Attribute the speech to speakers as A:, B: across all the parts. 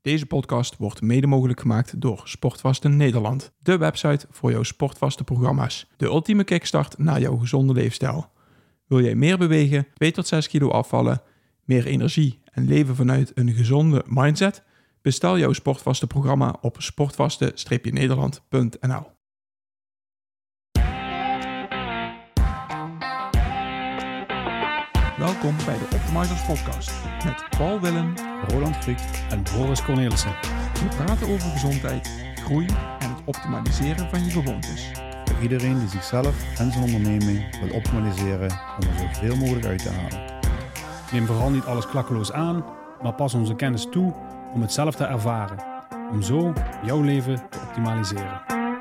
A: Deze podcast wordt mede mogelijk gemaakt door Sportvasten Nederland. De website voor jouw sportvaste programma's. De ultieme kickstart naar jouw gezonde leefstijl. Wil jij meer bewegen, 2 tot 6 kilo afvallen, meer energie en leven vanuit een gezonde mindset? Bestel jouw Sportvasten programma op sportvasten-nederland.nl. Welkom bij de Optimizers Podcast met Paul Willem,
B: Roland Griek en Boris Cornelissen.
A: We praten over gezondheid, groei en het optimaliseren van je gewoontes.
B: Voor iedereen die zichzelf en zijn onderneming wil optimaliseren om er zoveel mogelijk uit te halen. Neem vooral niet alles klakkeloos aan, maar pas onze kennis toe om het zelf te ervaren. Om zo jouw leven te optimaliseren.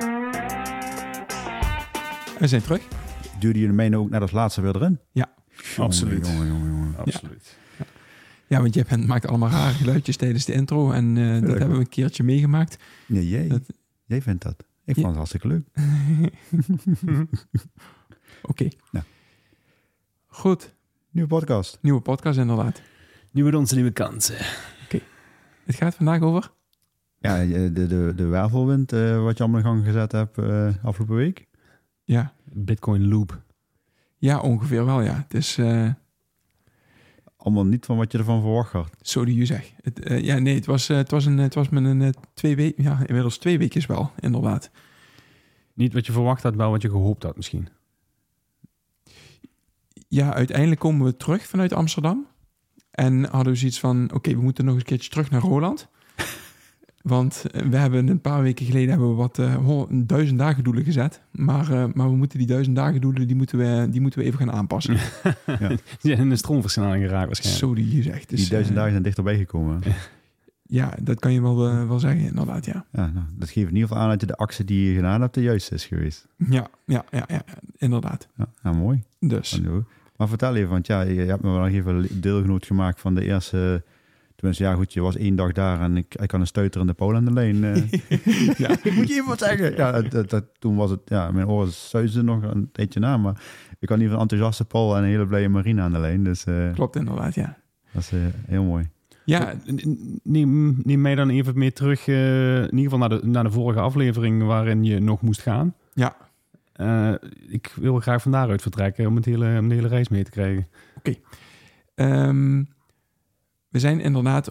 A: We zijn terug.
B: Duurde jullie mij nou ook net als laatste weer erin?
A: Ja.
B: Absoluut. Jongen.
A: Absoluut. Ja, want je maakt allemaal rare geluidjes tijdens de intro en dat hebben we een keertje meegemaakt.
B: Nee, jij vindt dat. Ik vond het hartstikke leuk.
A: Oké.
B: Nou.
A: Goed. Nieuwe podcast inderdaad.
B: Nieuwe dansen, nieuwe kansen.
A: Oké. Het gaat vandaag over?
B: Ja, de wervelwind wat je allemaal in gang gezet hebt afgelopen week.
A: Ja.
B: Bitcoin loop.
A: Ja, ongeveer wel, ja. Het is...
B: Allemaal niet van wat je ervan verwacht had.
A: Zo die je zegt. Het was met een 2 weken... Ja, inmiddels 2 weken wel, inderdaad.
C: Niet wat je verwacht had, wel wat je gehoopt had misschien.
A: Ja, uiteindelijk komen we terug vanuit Amsterdam. En hadden we zoiets van... Oké, we moeten nog eens een keertje terug naar Roland. Want we hebben een paar weken geleden wat 1000 dagen doelen gezet. Maar we moeten die 1000 dagen doelen, die moeten we even gaan aanpassen.
C: Ja. Die zijn in de stroomversnelling geraakt waarschijnlijk.
A: Zo die je zegt. Dus,
B: die 1000 dagen zijn dichterbij gekomen.
A: Ja, dat kan je wel zeggen, inderdaad, ja.
B: Ja, nou, dat geeft in ieder geval aan dat de actie die je gedaan hebt de juiste is geweest.
A: Ja, inderdaad.
B: Ja, mooi.
A: Dus.
B: Maar vertel even, want ja, je hebt me wel nog even deelgenoot gemaakt van de eerste... Tenminste, ja goed, je was 1 dag daar en ik kan een stuiterende Paul aan de lijn. Ja, ik moet je even wat zeggen. Ja, toen was het, ja, mijn oren suisden nog een tijdje na, maar ik had in ieder geval een enthousiaste Paul en een hele blije Marina aan de lijn. Dus,
A: klopt inderdaad, ja.
B: Dat is heel mooi.
C: Ja, neem mij dan even mee terug, in ieder geval naar de vorige aflevering waarin je nog moest gaan.
A: Ja.
C: Ik wil graag van daaruit vertrekken om de hele reis mee te krijgen.
A: Oké. We zijn inderdaad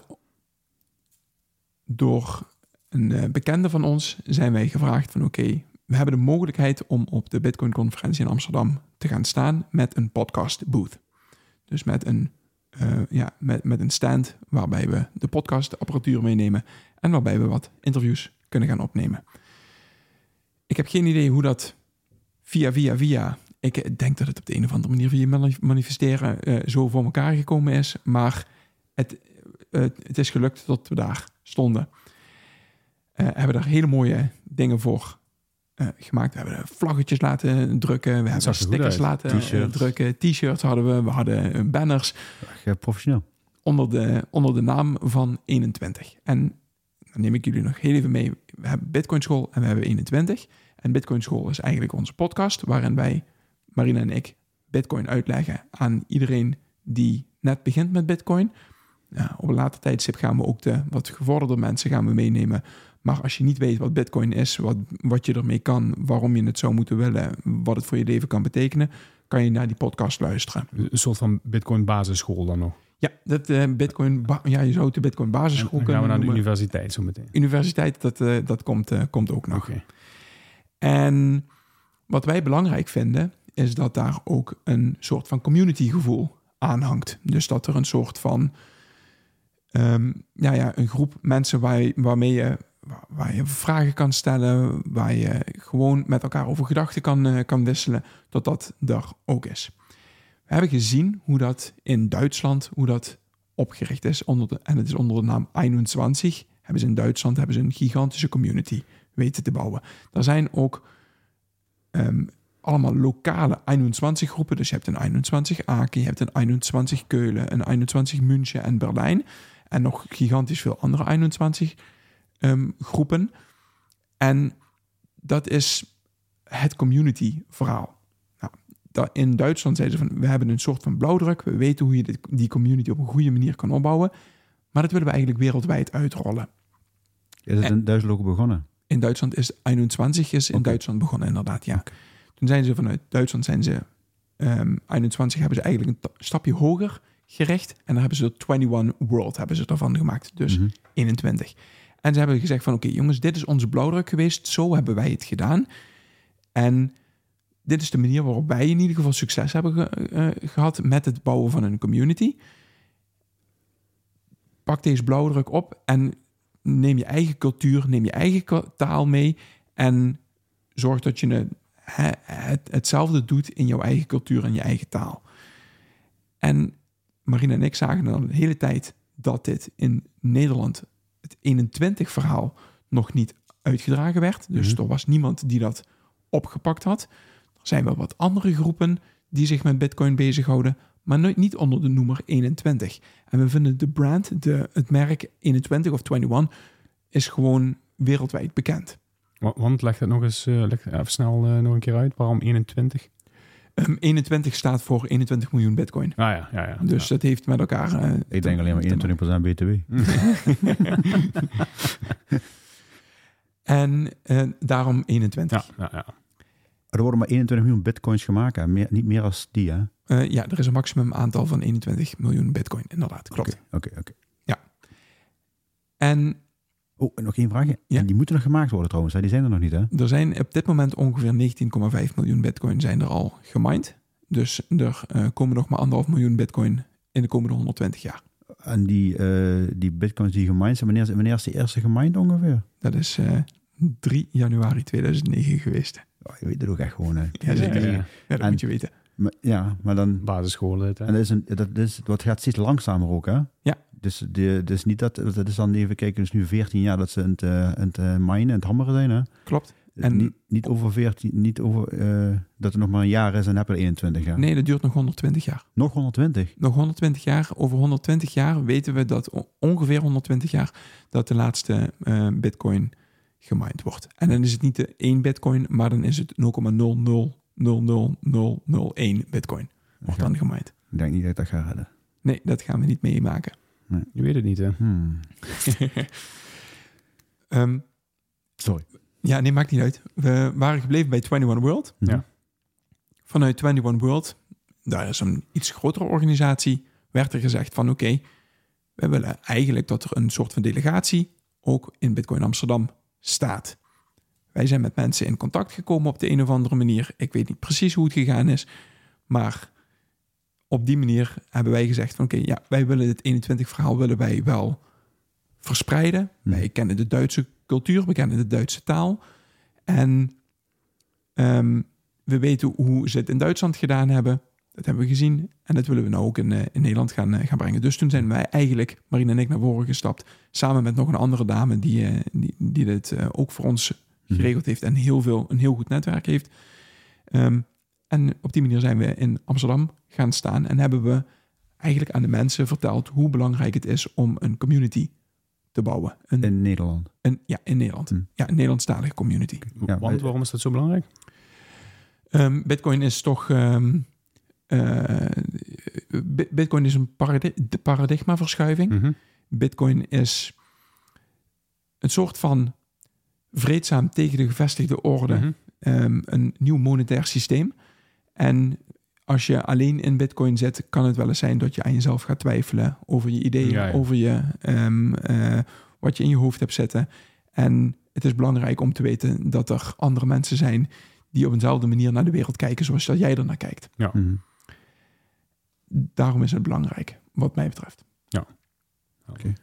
A: door een bekende van ons zijn wij gevraagd van oké, we hebben de mogelijkheid om op de Bitcoin-conferentie in Amsterdam te gaan staan met een podcast booth. Dus met een stand waarbij we de podcastapparatuur meenemen en waarbij we wat interviews kunnen gaan opnemen. Ik heb geen idee hoe dat via... Ik denk dat het op de een of andere manier via manifesteren zo voor elkaar gekomen is, maar het is gelukt dat we daar stonden. Hebben daar hele mooie dingen voor gemaakt. We hebben vlaggetjes laten drukken. We hebben stickers laten drukken. T-shirts hadden we hadden banners.
B: Professioneel.
A: Onder de naam van 21. En dan neem ik jullie nog heel even mee. We hebben Bitcoin School en we hebben 21. En Bitcoin School is eigenlijk onze podcast waarin wij, Marina en ik, Bitcoin uitleggen aan iedereen die net begint met Bitcoin. Ja, op een later tijdstip gaan we ook de wat gevorderde mensen meenemen. Maar als je niet weet wat Bitcoin is, wat je ermee kan, waarom je het zou moeten willen, wat het voor je leven kan betekenen, kan je naar die podcast luisteren.
C: Een soort van Bitcoin basisschool dan nog?
A: Ja, je zou het de Bitcoin basisschool kunnen
C: gaan we naar de
A: noemen.
C: universiteit zo meteen?
A: Universiteit, dat komt ook nog.
C: Okay.
A: En wat wij belangrijk vinden, is dat daar ook een soort van community gevoel aan hangt. Dus dat er een soort van een groep mensen waar je vragen kan stellen, waar je gewoon met elkaar over gedachten kan wisselen, dat er ook is. We hebben gezien hoe dat in Duitsland, opgericht is, en het is onder de naam 21. In Duitsland hebben ze een gigantische community weten te bouwen. Er zijn ook allemaal lokale 21 groepen. Dus je hebt een 21 Aken, je hebt een 21 Keulen, een 21 München en Berlijn. En nog gigantisch veel andere 21 groepen. En dat is het community verhaal. Nou, in Duitsland zeiden ze van, we hebben een soort van blauwdruk. We weten hoe je die community op een goede manier kan opbouwen. Maar dat willen we eigenlijk wereldwijd uitrollen.
B: Is het in Duitsland ook begonnen?
A: In Duitsland is 21 is in Duitsland begonnen, inderdaad, ja.
B: Okay.
A: Toen zijn ze vanuit Duitsland 21 hebben ze eigenlijk een stapje hoger gericht. En dan hebben ze er 21 World hebben ze ervan gemaakt. Dus 21. En ze hebben gezegd van oké, jongens, dit is onze blauwdruk geweest. Zo hebben wij het gedaan. En dit is de manier waarop wij in ieder geval succes hebben gehad met het bouwen van een community. Pak deze blauwdruk op en neem je eigen cultuur, neem je eigen taal mee en zorg dat je hetzelfde doet in jouw eigen cultuur en je eigen taal. En Marina en ik zagen dan de hele tijd dat dit in Nederland het 21-verhaal nog niet uitgedragen werd. Dus er was niemand die dat opgepakt had. Er zijn wel wat andere groepen die zich met Bitcoin bezighouden, maar niet onder de noemer 21. En we vinden de brand, het merk 21 of 21, is gewoon wereldwijd bekend.
C: Want leg het nog eens even snel nog een keer uit. Waarom 21?
A: 21 staat voor 21 miljoen Bitcoin.
C: Ja.
A: Dus dat heeft met elkaar...
B: Ik denk alleen maar 21% BTW.
A: En daarom 21.
C: Ja.
B: Er worden maar 21 miljoen bitcoins gemaakt. Hè? Niet meer als die, hè?
A: Ja, er is een maximum aantal van 21 miljoen bitcoin. Inderdaad, klopt.
B: Oké.
A: Ja. En...
B: Oh, en nog één vraagje.
A: Ja?
B: En die moeten nog gemaakt worden trouwens. Hè? Die zijn er nog niet, hè?
A: Er zijn op dit moment ongeveer 19,5 miljoen bitcoin zijn er al gemined. Dus er komen nog maar 1,5 miljoen bitcoin in de komende 120 jaar.
B: En die bitcoins die gemined zijn, wanneer is die eerste gemined ongeveer?
A: Dat is 3 januari 2009 geweest.
B: Oh, je weet het ook echt gewoon, hè?
A: Ja, zeker.
C: Ja.
A: Ja, dat moet je weten.
B: Maar dan...
C: Basisscholen.
B: En dat gaat steeds langzamer ook, hè?
A: Ja.
B: Dus niet dat is dan even kijken, dus nu 14 jaar dat ze aan het minen en het hammeren zijn, hè?
A: Klopt. En
B: niet over 14, niet over dat er nog maar een jaar is en heb je er 21 jaar.
A: Nee, dat duurt nog 120 jaar.
B: Nog 120?
A: Nog 120 jaar. Over 120 jaar weten we dat ongeveer 120 jaar dat de laatste bitcoin gemined wordt. En dan is het niet de 1 bitcoin, maar dan is het 0,0000001 bitcoin wordt dan gemined.
B: Ik denk niet dat ik dat ga redden.
A: Nee, dat gaan we niet meemaken.
B: Nee.
C: Je weet het niet, hè?
B: Sorry.
A: Ja, nee, maakt niet uit. We waren gebleven bij 21 World.
C: Ja.
A: Vanuit 21 World, daar is een iets grotere organisatie, werd er gezegd van oké, we willen eigenlijk dat er een soort van delegatie ook in Bitcoin Amsterdam staat. Wij zijn met mensen in contact gekomen op de een of andere manier. Ik weet niet precies hoe het gegaan is, maar op die manier hebben wij gezegd van oké, wij willen dit 21-verhaal willen wij wel verspreiden. Wij kennen de Duitse cultuur, we kennen de Duitse taal. En we weten hoe ze het in Duitsland gedaan hebben. Dat hebben we gezien. En dat willen we nou ook in Nederland gaan brengen. Dus toen zijn wij eigenlijk, Marina en ik, naar voren gestapt. Samen met nog een andere dame die dit ook voor ons geregeld heeft. En een heel goed netwerk heeft. En op die manier zijn we in Amsterdam gaan staan. En hebben we eigenlijk aan de mensen verteld hoe belangrijk het is om een community te bouwen.
B: In Nederland?
A: In Nederland. Ja, een Nederlandstalige community.
C: Ja, want waarom is dat zo belangrijk?
A: Bitcoin is toch... Bitcoin is een paradigmaverschuiving. Bitcoin is een soort van vreedzaam tegen de gevestigde orde. Een nieuw monetair systeem. En als je alleen in Bitcoin zit, kan het wel eens zijn dat je aan jezelf gaat twijfelen over je ideeën, over wat je in je hoofd hebt zitten. En het is belangrijk om te weten dat er andere mensen zijn die op eenzelfde manier naar de wereld kijken zoals dat jij er naar kijkt.
C: Ja.
A: Daarom is het belangrijk, wat mij betreft.
C: Ja.
B: Oké.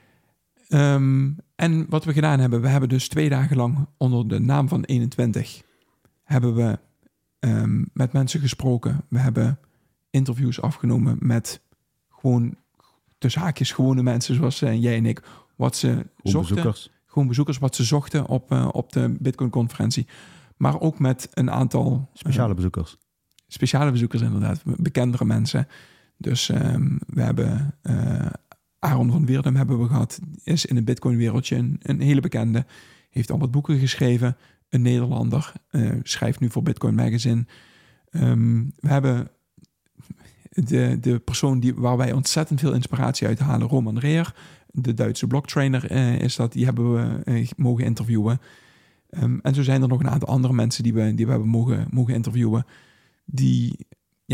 A: En wat we gedaan hebben, we hebben dus 2 dagen lang onder de naam van 21 hebben we met mensen gesproken. We hebben interviews afgenomen met gewoon tussen haakjes gewone mensen zoals jij en ik. Wat ze zochten. Gewoon bezoekers, wat ze zochten op de Bitcoin-conferentie. Maar ook met een aantal...
B: Speciale bezoekers.
A: Speciale bezoekers inderdaad, bekendere mensen. Dus we hebben Aaron van Weerdem hebben we gehad. Is in het Bitcoin-wereldje een hele bekende. Heeft al wat boeken geschreven. Een Nederlander. Schrijft nu voor Bitcoin Magazine. We hebben de persoon waar wij ontzettend veel inspiratie uit halen. Roman Reer. de Duitse blocktrainer is dat. Die hebben we mogen interviewen. En zo zijn er nog een aantal andere mensen die we hebben mogen interviewen. Die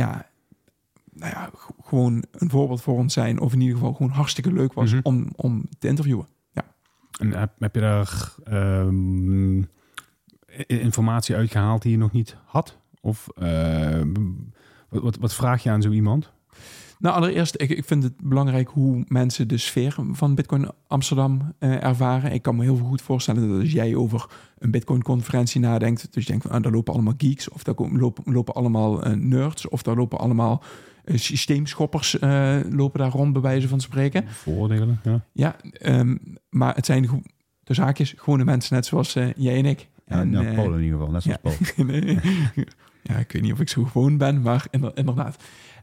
A: gewoon een voorbeeld voor ons zijn. Of in ieder geval gewoon hartstikke leuk was om te interviewen. Ja.
C: En heb je daar informatie uitgehaald die je nog niet had? Of wat vraag je aan zo iemand?
A: Nou, allereerst, ik vind het belangrijk hoe mensen de sfeer van Bitcoin Amsterdam ervaren. Ik kan me heel veel goed voorstellen dat als jij over een Bitcoin-conferentie nadenkt, dus je denkt van, daar lopen allemaal geeks, of daar lopen allemaal nerds, of daar lopen allemaal systeemschoppers lopen daar rond, bij wijze van spreken.
C: Vooroordelen, ja.
A: Ja, maar het zijn de zaakjes gewone mensen, net zoals jij en ik.
B: En Paul in ieder geval, net zoals Paul.
A: Nee. Ja, ik weet niet of ik zo gewoon ben, maar inderdaad.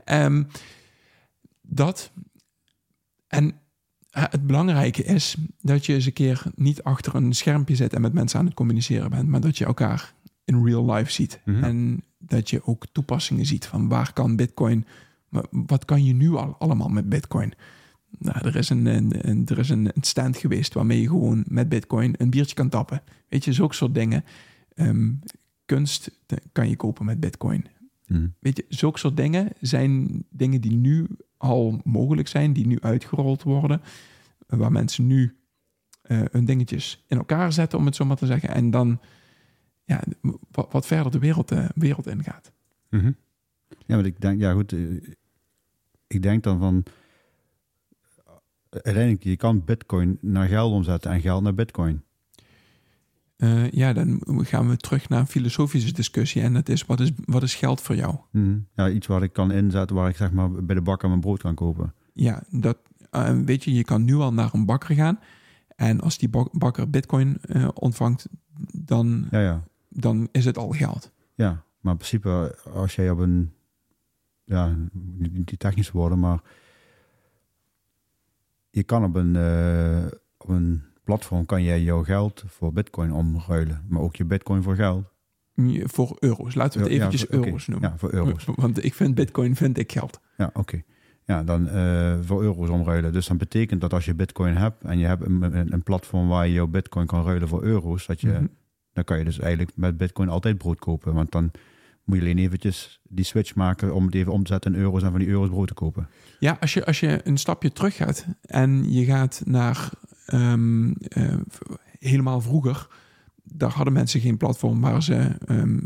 A: Dat. En het belangrijke is dat je eens een keer niet achter een schermpje zit en met mensen aan het communiceren bent, maar dat je elkaar in real life ziet. Mm-hmm. En dat je ook toepassingen ziet van waar kan Bitcoin, wat kan je nu allemaal met Bitcoin? Nou, er is een stand geweest waarmee je gewoon met Bitcoin een biertje kan tappen. Weet je, zulke soort dingen. Kunst kan je kopen met Bitcoin. Mm. Weet je, zulke soort dingen zijn dingen die nu al mogelijk zijn, die nu uitgerold worden, waar mensen nu hun dingetjes in elkaar zetten, om het zo maar te zeggen, en dan wat verder de wereld ingaat.
B: Mm-hmm. Ja, maar ik denk, ik denk dan van, uiteindelijk, je kan Bitcoin naar geld omzetten en geld naar Bitcoin.
A: Dan gaan we terug naar een filosofische discussie. En dat is, wat is geld voor jou?
B: Mm-hmm. Ja, iets waar ik kan inzetten, waar ik zeg maar bij de bakker mijn brood kan kopen.
A: Ja, dat weet je kan nu al naar een bakker gaan. En als die bakker Bitcoin ontvangt, dan is het al geld.
B: Ja, maar in principe, als jij op een, niet technisch worden, maar je kan op een platform kan jij jouw geld voor Bitcoin omruilen, maar ook je Bitcoin voor geld.
A: Voor euro's. Laten we het eventjes euro's noemen.
B: Ja, voor euro's.
A: Want ik vind Bitcoin geld.
B: Ja, oké. Ja, dan voor euro's omruilen. Dus dan betekent dat als je Bitcoin hebt en je hebt een platform waar je jouw Bitcoin kan ruilen voor euro's, dan kan je dus eigenlijk met Bitcoin altijd brood kopen. Want dan moet je alleen eventjes die switch maken om het even om te zetten in euro's en van die euro's brood te kopen.
A: Ja, als je een stapje terug gaat en je gaat naar helemaal vroeger, daar hadden mensen geen platform waar ze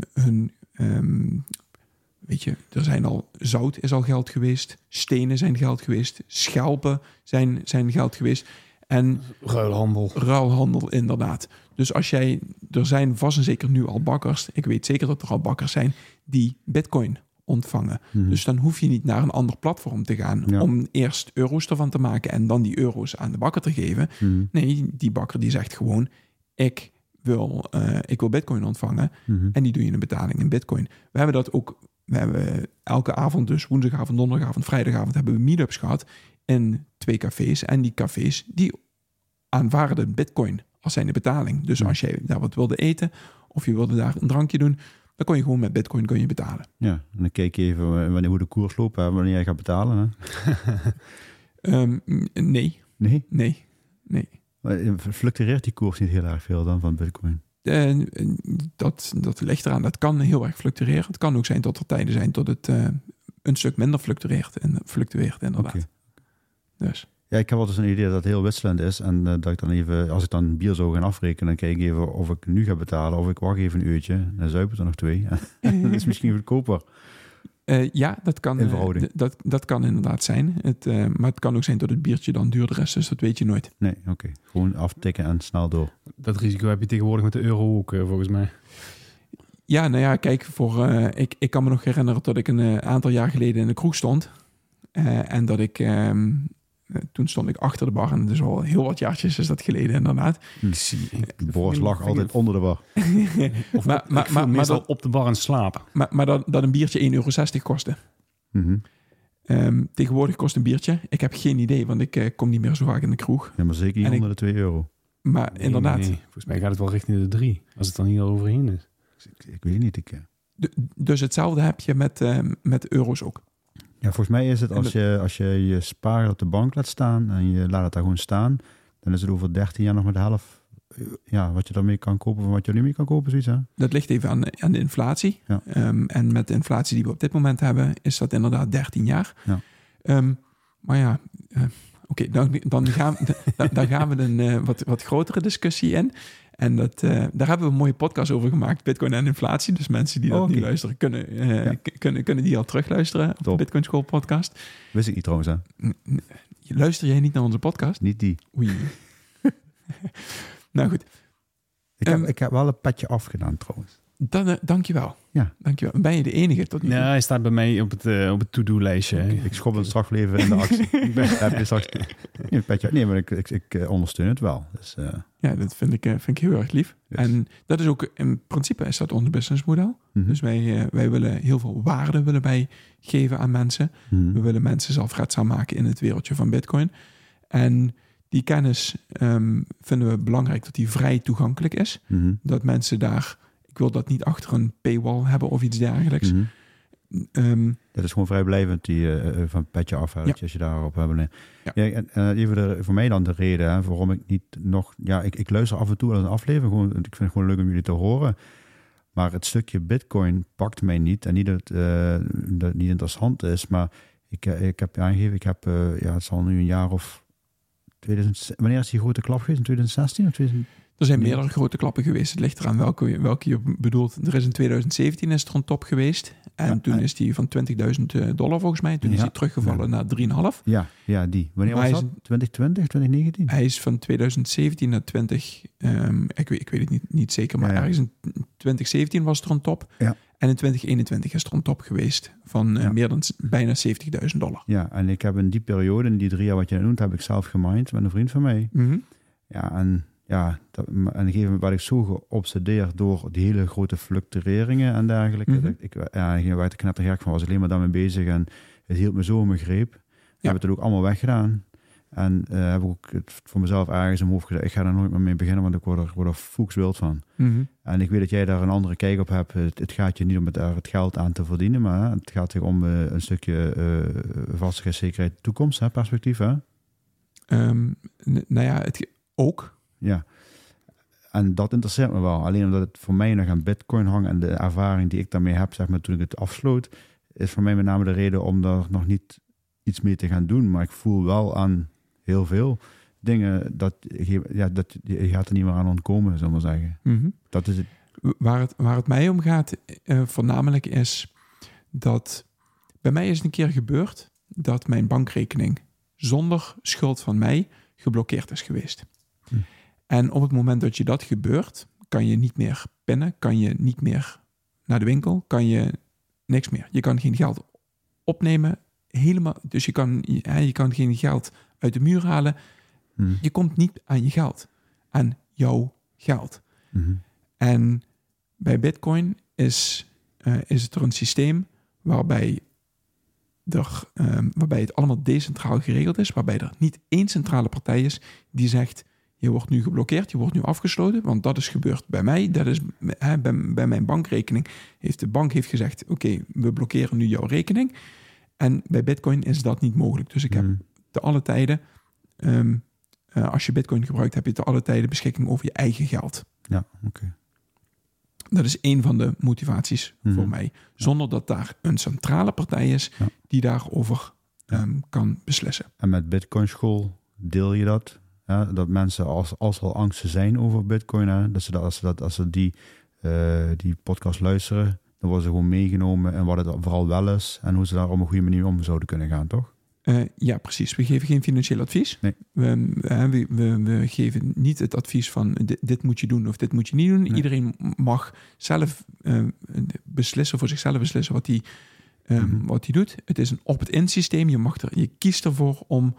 A: weet je, er zijn al zout is al geld geweest, stenen zijn geld geweest, schelpen zijn geld geweest en ruilhandel inderdaad. Dus er zijn vast en zeker nu al bakkers, ik weet zeker dat er al bakkers zijn die Bitcoin ontvangen. Mm-hmm. Dus dan hoef je niet naar een ander platform te gaan om eerst euro's ervan te maken en dan die euro's aan de bakker te geven. Mm-hmm. Nee, die bakker die zegt gewoon, ik wil Bitcoin ontvangen en die doe je een betaling in Bitcoin. We hebben elke avond, dus woensdagavond, donderdagavond, vrijdagavond, hebben we meetups gehad in 2 cafés. En die cafés, die aanvaarden Bitcoin als zijn de betaling. Dus als jij daar wat wilde eten of je wilde daar een drankje doen, dan kon je gewoon met Bitcoin betalen.
B: Ja, en dan kijk je even hoe de koers loopt, wanneer jij gaat betalen. Hè?
A: Nee.
B: Nee? Nee. Maar fluctueert die koers niet heel erg veel dan van Bitcoin?
A: Dat ligt eraan. Dat kan heel erg fluctueren. Het kan ook zijn dat er tijden zijn tot het een stuk minder fluctueert inderdaad. Okay. Dus.
B: Ja, ik heb altijd zo'n idee dat het heel wisselend is. En dat ik dan even, als ik dan bier zou gaan afrekenen, dan kijk ik even of ik nu ga betalen of ik wacht even een uurtje. Dan zuipen er nog 2. Dat is misschien goedkoper.
A: Ja, dat kan.
B: In verhouding.
A: Dat kan inderdaad zijn. Maar het kan ook zijn dat het biertje dan duurder is. Dus dat weet je nooit.
B: Nee, oké. Gewoon aftikken en snel door.
C: Dat risico heb je tegenwoordig met de euro ook, volgens mij.
A: Ja, nou ja, kijk. Ik kan me nog herinneren dat ik een aantal jaar geleden in de kroeg stond. En dat ik... toen stond ik achter de bar. En dus al heel wat jaartjes is dat geleden inderdaad.
B: De borst lag altijd onder de bar.
C: maar meestal op de bar en slapen.
B: Maar
A: dat een biertje €1,60 kostte.
B: Mm-hmm.
A: Tegenwoordig kost een biertje. Ik heb geen idee, want ik kom niet meer zo vaak in de kroeg.
B: Ja, maar zeker niet onder de €2.
A: Maar inderdaad.
C: Nee. Volgens mij gaat het wel richting de 3. Als het dan niet al overheen is.
B: Ik weet niet.
A: Dus hetzelfde heb je met euro's ook.
B: Ja, volgens mij is het als je je spaar op de bank laat staan en je laat het daar gewoon staan, dan is het over 13 jaar nog maar de helft wat je daarmee kan kopen van wat je er nu mee kan kopen, zoiets hè?
A: Dat ligt even aan de inflatie.
B: Ja.
A: En met de inflatie die we op dit moment hebben, is dat inderdaad 13 jaar.
B: Ja.
A: Maar ja, oké, dan gaan we een wat grotere discussie in. En daar hebben we een mooie podcast over gemaakt, Bitcoin en inflatie. Dus mensen die dat niet luisteren, kunnen die al terugluisteren op de Bitcoin School podcast.
B: Wist ik niet trouwens, hè?
A: Luister jij niet naar onze podcast?
B: Niet die.
A: Oei. Nou goed.
B: Ik heb wel een petje afgedaan trouwens.
A: Dankjewel.
B: Ja.
A: Dankjewel. Ben je de enige tot nu toe?
C: Ja, hij staat bij mij op het to-do-lijstje.
B: Okay. Ik schop het straks even in de actie. Heb je straks een petje? Nee, maar ik ondersteun het wel. Dus,
A: ja, dat vind ik heel erg lief.
B: Yes.
A: En dat is ook, in principe is dat ons businessmodel.
B: Mm-hmm.
A: Dus wij willen heel veel waarde bij geven aan mensen.
B: Mm-hmm.
A: We willen mensen zelfredzaam maken in het wereldje van Bitcoin. En die kennis vinden we belangrijk dat die vrij toegankelijk is.
B: Mm-hmm.
A: Dat mensen daar, ik wil dat niet achter een paywall hebben of iets dergelijks.
B: Mm-hmm. Dat is gewoon vrijblijvend van petje af, als je daarop hebt. Ja. Even voor mij dan de reden waarom ik niet nog... Ja, ik luister af en toe aan een aflevering. Gewoon, ik vind het gewoon leuk om jullie te horen. Maar het stukje Bitcoin pakt mij niet. En niet dat het niet interessant is. Maar ik heb aangegeven, het zal nu een jaar of... Wanneer is die grote klap geweest? In 2016 of 2000?
A: Er zijn meerdere grote klappen geweest. Het ligt eraan welke je bedoelt. Er is in 2017 is er een top geweest. En toen is die van $20.000 volgens mij. Toen is die teruggevallen naar 3,5.
B: Ja, die. Wanneer was dat? 2020, 2019?
A: Hij is van 2017 naar 20... ik weet het niet zeker, maar ergens in 2017 was er een top.
B: Ja.
A: En in 2021 is er een top geweest van meer dan bijna $70.000.
B: Ja, en ik heb in die periode, in die 3 jaar wat je noemt, heb ik zelf gemined met een vriend van mij.
A: Mm-hmm.
B: Ja, en op een gegeven moment werd ik zo geobsedeerd door die hele grote fluctueringen en dergelijke.
A: Mm-hmm.
B: Ik werd er knettergek van, was alleen maar daarmee bezig en het hield me zo in mijn greep. Ik heb het er ook allemaal weggedaan. En heb ook voor mezelf ergens in mijn hoofd gezegd, ik ga daar nooit meer mee beginnen, want ik word er foekswild van.
A: Mm-hmm.
B: En ik weet dat jij daar een andere kijk op hebt. Het gaat je niet om het geld aan te verdienen, maar het gaat er om een stukje vastzekerheid, toekomst, perspectief. Hè?
A: Het ook.
B: Ja. En dat interesseert me wel. Alleen omdat het voor mij nog aan Bitcoin hangt en de ervaring die ik daarmee heb, zeg maar, toen ik het afsloot, is voor mij met name de reden om daar nog niet iets mee te gaan doen. Maar ik voel wel aan heel veel dingen dat je gaat er niet meer aan ontkomen, zullen we maar zeggen.
A: Mm-hmm.
B: Dat is het.
A: Waar het mij om gaat, voornamelijk is dat bij mij is het een keer gebeurd dat mijn bankrekening zonder schuld van mij geblokkeerd is geweest. En op het moment dat je dat gebeurt, kan je niet meer pinnen, kan je niet meer naar de winkel, kan je niks meer. Je kan geen geld opnemen, helemaal. Dus je kan geen geld uit de muur halen. Je komt niet aan je geld, aan jouw geld.
B: Mm-hmm.
A: En bij Bitcoin is het er een systeem waarbij het allemaal decentraal geregeld is, waarbij er niet één centrale partij is die zegt, je wordt nu geblokkeerd, je wordt nu afgesloten, want dat is gebeurd bij mij. Dat is bij mijn bankrekening. De bank heeft gezegd, oké, we blokkeren nu jouw rekening. En bij Bitcoin is dat niet mogelijk. Dus ik heb te alle tijden, als je Bitcoin gebruikt, heb je te alle tijden beschikking over je eigen geld.
B: Ja, oké.
A: Dat is één van de motivaties voor mij. Zonder dat daar een centrale partij is die daarover kan beslissen.
B: En met Bitcoin School deel je dat? Ja, dat mensen als er al angsten zijn over Bitcoin, hè, als ze die podcast luisteren, dan worden ze gewoon meegenomen en wat het vooral wel is en hoe ze daar op een goede manier om zouden kunnen gaan, toch?
A: Ja, precies. We geven geen financieel advies.
B: Nee.
A: We geven niet het advies van dit moet je doen of dit moet je niet doen. Nee. Iedereen mag zelf beslissen, voor zichzelf beslissen wat hij doet. Het is een opt-in systeem. Je kiest ervoor om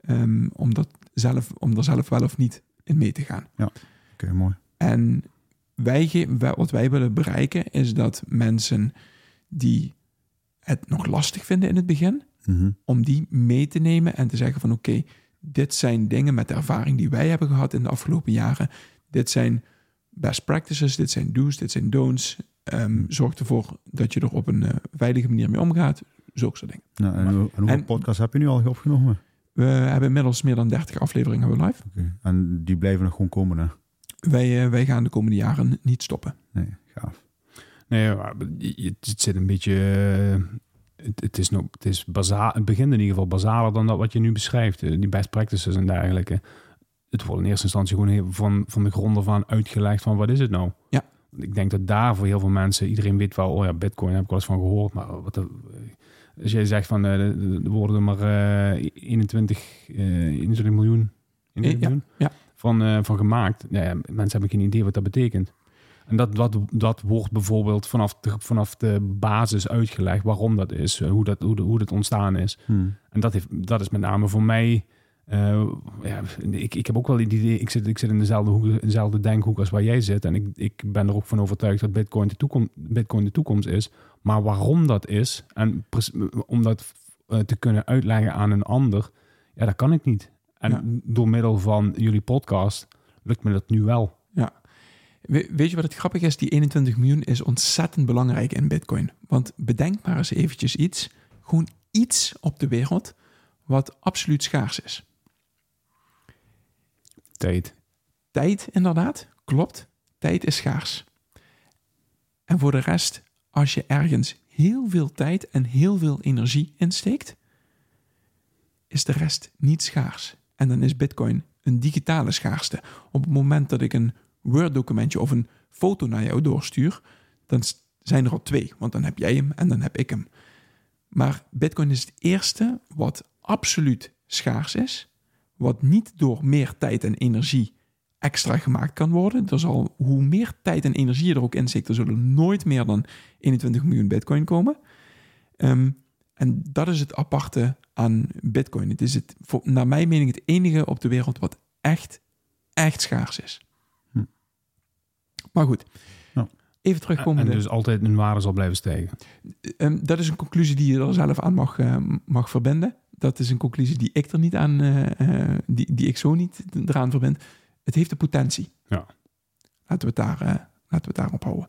A: er zelf wel of niet in mee te gaan.
B: Ja, oké, mooi.
A: En wat wij willen bereiken is dat mensen die het nog lastig vinden in het begin, om die mee te nemen en te zeggen van oké, dit zijn dingen met de ervaring die wij hebben gehad in de afgelopen jaren. Dit zijn best practices, dit zijn do's, dit zijn don'ts. Zorg ervoor dat je er op een veilige manier mee omgaat. zulke soort dingen.
B: Nou, en hoeveel podcasts heb je nu al opgenomen?
A: We hebben inmiddels meer dan 30 afleveringen live.
B: Okay. En die blijven nog gewoon komen, hè?
A: Wij gaan de komende jaren niet stoppen.
B: Nee, gaaf.
C: Nee, het zit een beetje... Het is bazaal, het begint in ieder geval basaler dan dat wat je nu beschrijft. Die best practices en dergelijke. Het wordt in eerste instantie gewoon heel van de grond af aan uitgelegd van wat is het nou?
A: Ja.
C: Ik denk dat daar voor heel veel mensen, iedereen weet wel, oh ja, Bitcoin heb ik wel eens van gehoord. Maar als jij zegt van er worden er maar 21 miljoen, van gemaakt. Ja, mensen hebben geen idee wat dat betekent. En dat wordt bijvoorbeeld vanaf de basis uitgelegd waarom dat is, hoe dat ontstaan is. En dat is met name voor mij. Ik heb ook wel het idee, ik zit in dezelfde denkhoek als waar jij zit. En ik ben er ook van overtuigd dat Bitcoin de toekomst is. Maar waarom dat is, en om dat te kunnen uitleggen aan een ander, ja, dat kan ik niet. En door middel van jullie podcast lukt me dat nu wel.
A: Ja. Weet je wat het grappig is? Die 21 miljoen is ontzettend belangrijk in Bitcoin. Want bedenk maar eens eventjes iets. Gewoon iets op de wereld wat absoluut schaars is. Tijd, inderdaad. Klopt. Tijd is schaars. En voor de rest, als je ergens heel veel tijd en heel veel energie insteekt, is de rest niet schaars. En dan is Bitcoin een digitale schaarste. Op het moment dat ik een Word-documentje of een foto naar jou doorstuur, dan zijn er al 2. Want dan heb jij hem en dan heb ik hem. Maar Bitcoin is het eerste wat absoluut schaars is. Wat niet door meer tijd en energie extra gemaakt kan worden. Er zal, hoe meer tijd en energie je er ook in steekt, er zullen nooit meer dan 21 miljoen Bitcoin komen. En dat is het aparte aan Bitcoin. Het is naar mijn mening het enige op de wereld wat echt schaars is. Maar goed, even terugkomen.
C: En dus altijd een waarde zal blijven stijgen.
A: Dat is een conclusie die je er zelf aan mag verbinden. Dat is een conclusie die ik er niet aan, die ik zo niet eraan verbind. Het heeft de potentie.
C: Ja.
A: Laten we het daarop houden.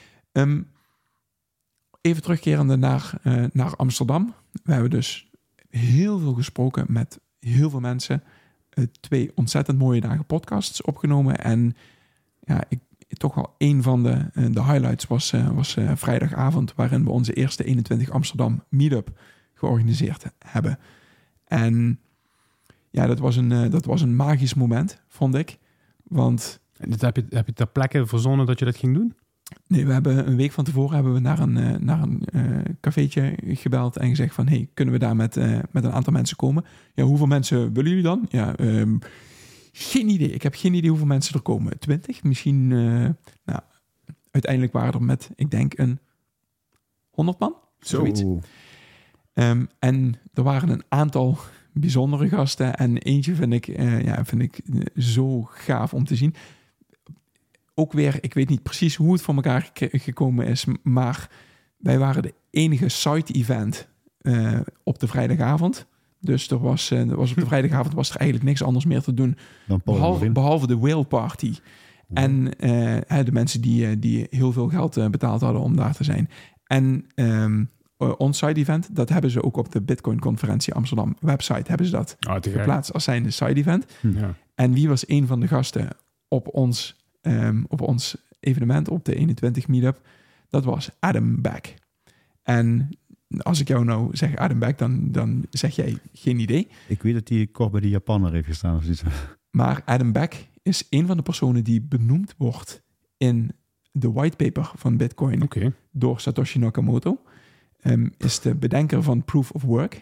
A: Even terugkerende naar Amsterdam. We hebben dus heel veel gesproken met heel veel mensen. 2 ontzettend mooie dagen podcasts opgenomen. En ja, toch wel een van de highlights was vrijdagavond, waarin we onze eerste 21 Amsterdam meetup georganiseerd hebben. En ja, dat was een magisch moment, vond ik. Want...
C: En heb je ter plekke verzonnen dat je dat ging doen?
A: Nee, we hebben een week van tevoren naar een cafeetje gebeld en gezegd van, hey, kunnen we daar met een aantal mensen komen? Ja, hoeveel mensen willen jullie dan? Ja, geen idee. Ik heb geen idee hoeveel mensen er komen. 20? Misschien, uiteindelijk waren er met, ik denk, een 100 man. Zoiets. En er waren een aantal bijzondere gasten. En eentje vind ik zo gaaf om te zien. Ook weer, ik weet niet precies hoe het voor elkaar gekomen is, maar wij waren de enige side-event op de vrijdagavond. Dus op de vrijdagavond was er eigenlijk niks anders meer te doen, behalve de whale party. Wow. En de mensen die heel veel geld betaald hadden om daar te zijn. En ons side-event, dat hebben ze ook op de Bitcoin-conferentie Amsterdam website, hebben ze dat geplaatst als zijnde side-event. Ja. En wie was een van de gasten op ons evenement, op de 21 meetup? Dat was Adam Back. En als ik jou nou zeg Adam Back, dan zeg jij geen idee.
B: Ik weet dat hij kort bij de Japaner heeft gestaan of iets.
A: Maar Adam Back is een van de personen die benoemd wordt in de whitepaper van Bitcoin door Satoshi Nakamoto. Is de bedenker van Proof of Work.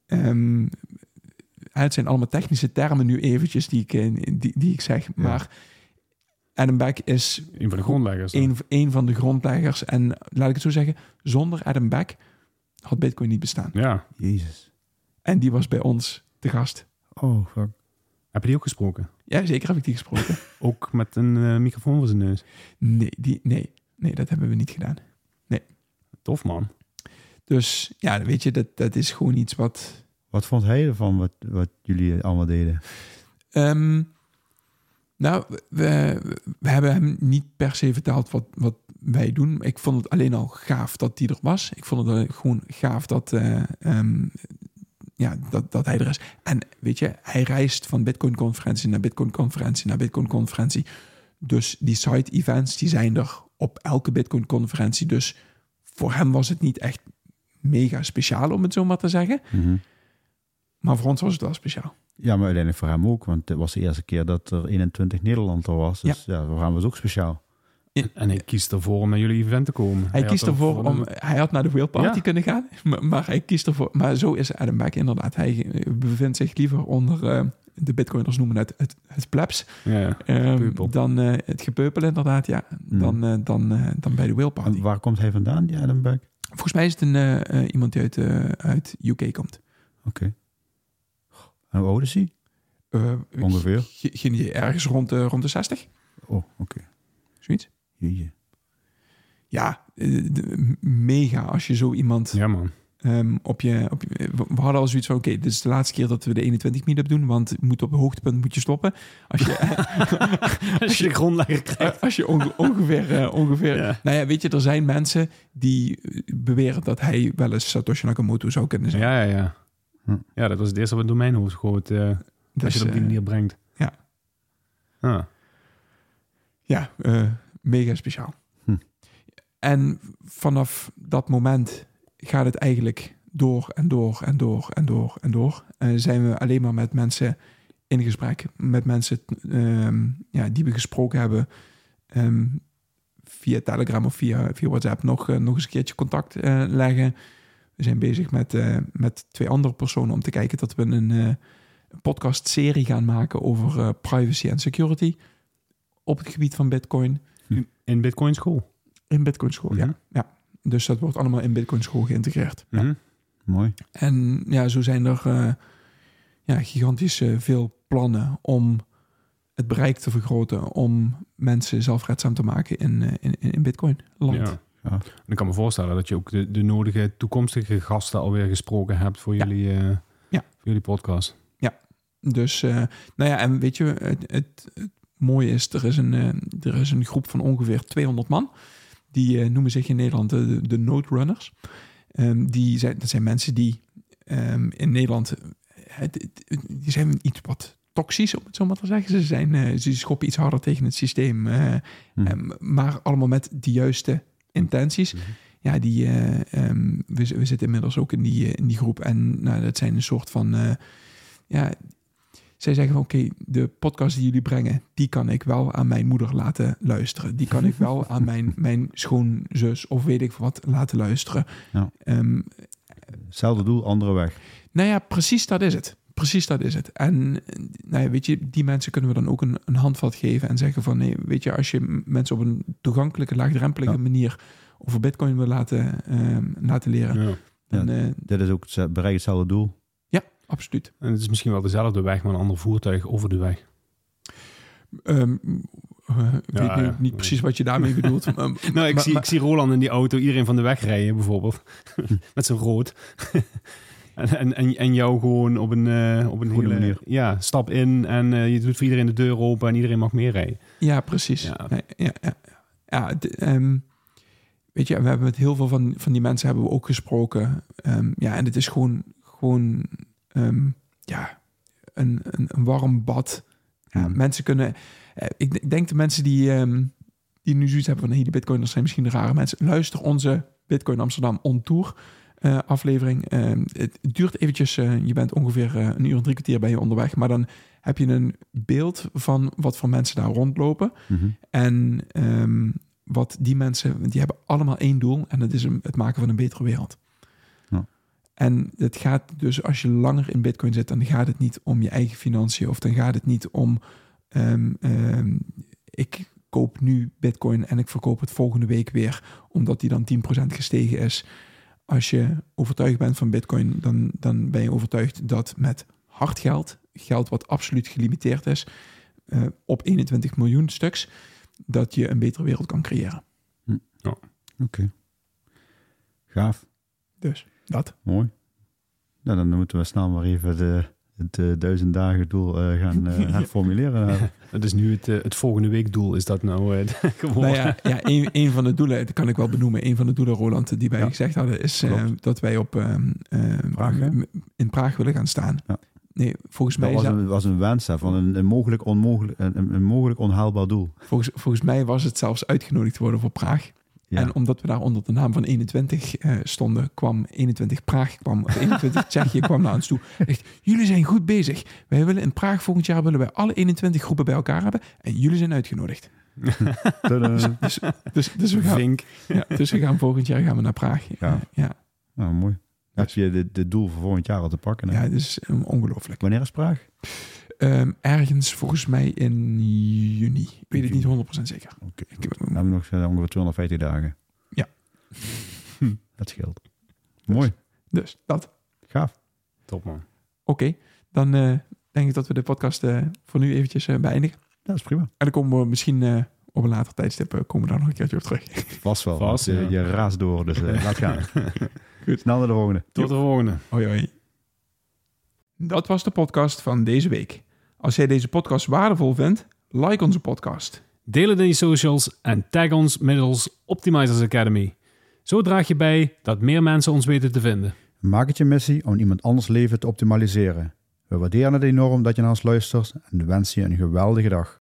A: Het zijn allemaal technische termen nu eventjes die ik zeg, maar Adam Back is
C: een van de grondleggers.
A: Een van de grondleggers. En laat ik het zo zeggen, zonder Adam Back had Bitcoin niet bestaan.
C: Ja.
B: Jezus.
A: En die was bij ons te gast.
B: Oh, fuck.
C: Heb je die ook gesproken?
A: Ja, zeker heb ik die gesproken.
C: Ook met een microfoon voor zijn neus?
A: Nee, dat hebben we niet gedaan. Nee.
C: Tof, man.
A: Dus ja, weet je, dat is gewoon iets wat...
B: Wat vond hij ervan, wat jullie allemaal deden?
A: Nou, we hebben hem niet per se verteld wat wij doen. Ik vond het alleen al gaaf dat die er was. Ik vond het gewoon gaaf dat hij er is. En weet je, hij reist van Bitcoin-conferentie naar Bitcoin-conferentie naar Bitcoin-conferentie. Dus die side-events, die zijn er op elke Bitcoin-conferentie. Dus voor hem was het niet echt mega speciaal, om het zo maar te zeggen.
B: Mm-hmm.
A: Maar voor ons was het wel speciaal.
B: Ja, maar uiteindelijk voor hem ook. Want het was de eerste keer dat er 21 Nederland er was. Dus ja voor hem was het ook speciaal.
C: En hij kiest ervoor om naar jullie event te komen.
A: Hij kiest ervoor om... Hij had naar de Whale Party kunnen gaan. Maar hij kiest ervoor... Maar zo is Adam Back inderdaad. Hij bevindt zich liever onder... de Bitcoiners noemen het plebs.
C: Ja,
A: dan het gepeupel inderdaad. Ja. Dan bij de Whale Party.
B: En waar komt hij vandaan, die Adam Back?
A: Volgens mij is het iemand die uit UK komt.
B: Oké. En hoe oud is hij? Ongeveer?
A: Geen idee. Ergens rond de 60.
B: Oh, oké.
A: Zoiets.
B: Jeetje.
A: Ja, mega als je zo iemand...
C: Ja, man.
A: We hadden al zoiets van, oké, dit is de laatste keer dat we de 21 meetup doen, want op het hoogtepunt moet je stoppen. Als je
C: de grondlegger krijgt.
A: Als je ongeveer...
C: Ja.
A: Nou ja, weet je, er zijn mensen die beweren dat hij wel eens Satoshi Nakamoto zou kunnen zijn.
C: Ja. Ja, dat was het eerste op het domeinhoofd gegooid. Als je het op die manier brengt.
A: Ja.
C: Ah.
A: Ja, mega speciaal. En vanaf dat moment gaat het eigenlijk door. Zijn we alleen maar met mensen in gesprek. Met mensen die we gesproken hebben. Via Telegram of via WhatsApp nog eens een keertje contact leggen. We zijn bezig met 2 andere personen om te kijken dat we een podcastserie gaan maken over privacy en security op het gebied van Bitcoin.
C: In Bitcoin School?
A: In Bitcoin School, ja. Dus dat wordt allemaal in Bitcoin School geïntegreerd.
C: Mm-hmm.
B: Mooi.
A: En ja, zo zijn er gigantisch veel plannen om het bereik te vergroten, om mensen zelfredzaam te maken in Bitcoin-land.
C: Ja. En ik kan me voorstellen dat je ook de nodige toekomstige gasten alweer gesproken hebt voor jullie podcast.
A: Ja, dus en weet je, het mooie is, er is een groep van ongeveer 200 man. Die noemen zich in Nederland de Node Runners. Dat zijn mensen die in Nederland... die zijn iets wat toxisch, om het zo maar te zeggen. Ze schoppen iets harder tegen het systeem. Maar allemaal met de juiste intenties. Ja, we zitten inmiddels ook in die groep. En dat zijn een soort van... zij zeggen van oké, de podcast die jullie brengen, die kan ik wel aan mijn moeder laten luisteren. Die kan ik wel aan mijn schoonzus of weet ik wat laten luisteren.
B: Ja. Hetzelfde doel, andere weg.
A: Nou ja, precies dat is het. En weet je, die mensen kunnen we dan ook een handvat geven en zeggen van nee, weet je, als je mensen op een toegankelijke, laagdrempelige manier over Bitcoin wil laten leren.
B: Ja. Dit is ook bereik hetzelfde doel.
A: Absoluut.
C: En het is misschien wel dezelfde weg, maar een ander voertuig over de weg.
A: Ik weet niet precies wat je daarmee bedoelt.
C: Ik zie Roland in die auto iedereen van de weg rijden, bijvoorbeeld. Met zijn rood. en jou gewoon op een
B: goede manier.
C: Ja, stap in en je doet voor iedereen de deur open en iedereen mag meerijden.
A: Ja, precies. Weet je, we hebben met heel veel van die mensen hebben we ook gesproken. En het is gewoon een warm bad. Ja, mensen kunnen... ik denk de mensen die nu zoiets hebben van... hey, die Bitcoiners zijn misschien de rare mensen. Luister onze Bitcoin Amsterdam On Tour aflevering. Het duurt eventjes... je bent ongeveer 1 uur en 3 kwartier bij je onderweg. Maar dan heb je een beeld van wat voor mensen daar rondlopen.
B: Mm-hmm.
A: En wat die mensen... die hebben allemaal 1 doel. En dat is het maken van een betere wereld. En het gaat dus, als je langer in Bitcoin zit, dan gaat het niet om je eigen financiën. Of dan gaat het niet om, ik koop nu Bitcoin en ik verkoop het volgende week weer, omdat die dan 10% gestegen is. Als je overtuigd bent van Bitcoin, dan ben je overtuigd dat met hard geld wat absoluut gelimiteerd is, op 21 miljoen stuks, dat je een betere wereld kan creëren.
B: Oké. Gaaf.
A: Dus dat.
B: Mooi. Nou, dan moeten we snel maar even het 1000 dagen doel gaan herformuleren.
C: Dat is nu het volgende week doel. Is dat nou geworden?
A: Nou ja, een van de doelen, dat kan ik wel benoemen. Een van de doelen, Roland, die wij gezegd hadden, is dat wij
B: Praag,
A: in Praag willen gaan staan.
B: Ja.
A: Nee, volgens mij
B: was een wens van een mogelijk onhaalbaar doel.
A: Volgens mij was het zelfs uitgenodigd worden voor Praag. Ja. En omdat we daar onder de naam van 21 stonden, kwam 21 Praag, of 21 Tsjechië kwam naar ons toe. Echt, jullie zijn goed bezig. Wij willen in Praag volgend jaar willen wij alle 21 groepen bij elkaar hebben en jullie zijn uitgenodigd. dus we gaan volgend jaar naar Praag. Ja.
B: Nou, mooi. Heb je de doel voor volgend jaar al te pakken?
A: Ja, het is ongelooflijk.
B: Wanneer is Praag?
A: Ergens volgens mij in juni. Ik weet het niet 100% zeker.
B: Okay. Dan hebben we nog ongeveer 250 dagen.
A: Ja.
B: Dat scheelt. Mooi.
A: Dus dat.
B: Gaaf.
C: Top, man.
A: Oké, dan denk ik dat we de podcast voor nu eventjes beëindigen.
B: Ja, dat is prima. En
A: dan komen we misschien op een later tijdstip komen we daar nog een keertje op terug.
B: Vast wel. Je raast door, dus laat gaan. Goed. Snel naar de volgende.
C: Tot de volgende.
A: Hoi. Dat was de podcast van deze week. Als jij deze podcast waardevol vindt, like onze podcast.
C: Deel het in je socials en tag ons middels Optimizers Academy. Zo draag je bij dat meer mensen ons weten te vinden.
B: Maak het je missie om iemand anders leven te optimaliseren. We waarderen het enorm dat je naar ons luistert en wensen je een geweldige dag.